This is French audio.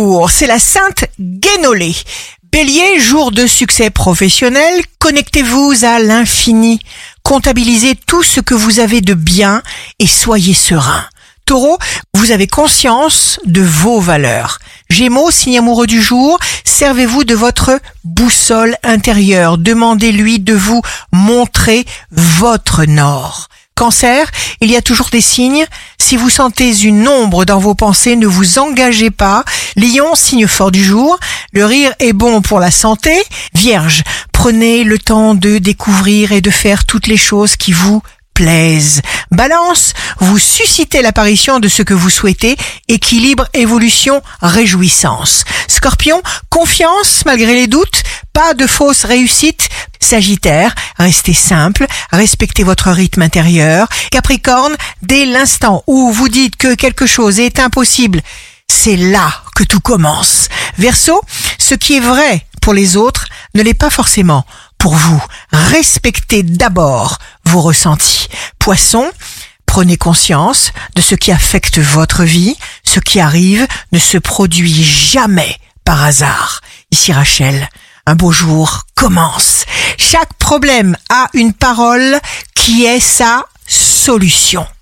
jour, c'est la Sainte Guénolé. Bélier, jour de succès professionnel, connectez-vous à l'infini. Comptabilisez tout ce que vous avez de bien et soyez serein. Taureau, vous avez conscience de vos valeurs. Gémeaux, signe amoureux du jour, servez-vous de votre boussole intérieure. Demandez-lui de vous montrer votre nord. Cancer, il y a toujours des signes. Si vous sentez une ombre dans vos pensées, ne vous engagez pas. Lion, signe fort du jour, le rire est bon pour la santé. Vierge, prenez le temps de découvrir et de faire toutes les choses qui vous plaisent. Balance, vous suscitez l'apparition de ce que vous souhaitez. Équilibre, évolution, réjouissance. Scorpion, confiance malgré les doutes, pas de fausse réussite. Sagittaire, restez simple, respectez votre rythme intérieur. Capricorne, dès l'instant où vous dites que quelque chose est impossible, c'est là que tout commence. Verseau, ce qui est vrai pour les autres ne l'est pas forcément pour vous. Respectez d'abord vos ressentis. Poisson, prenez conscience de ce qui affecte votre vie. Ce qui arrive ne se produit jamais par hasard. Ici Rachel, un beau jour commence. Chaque problème a une parole qui est sa solution.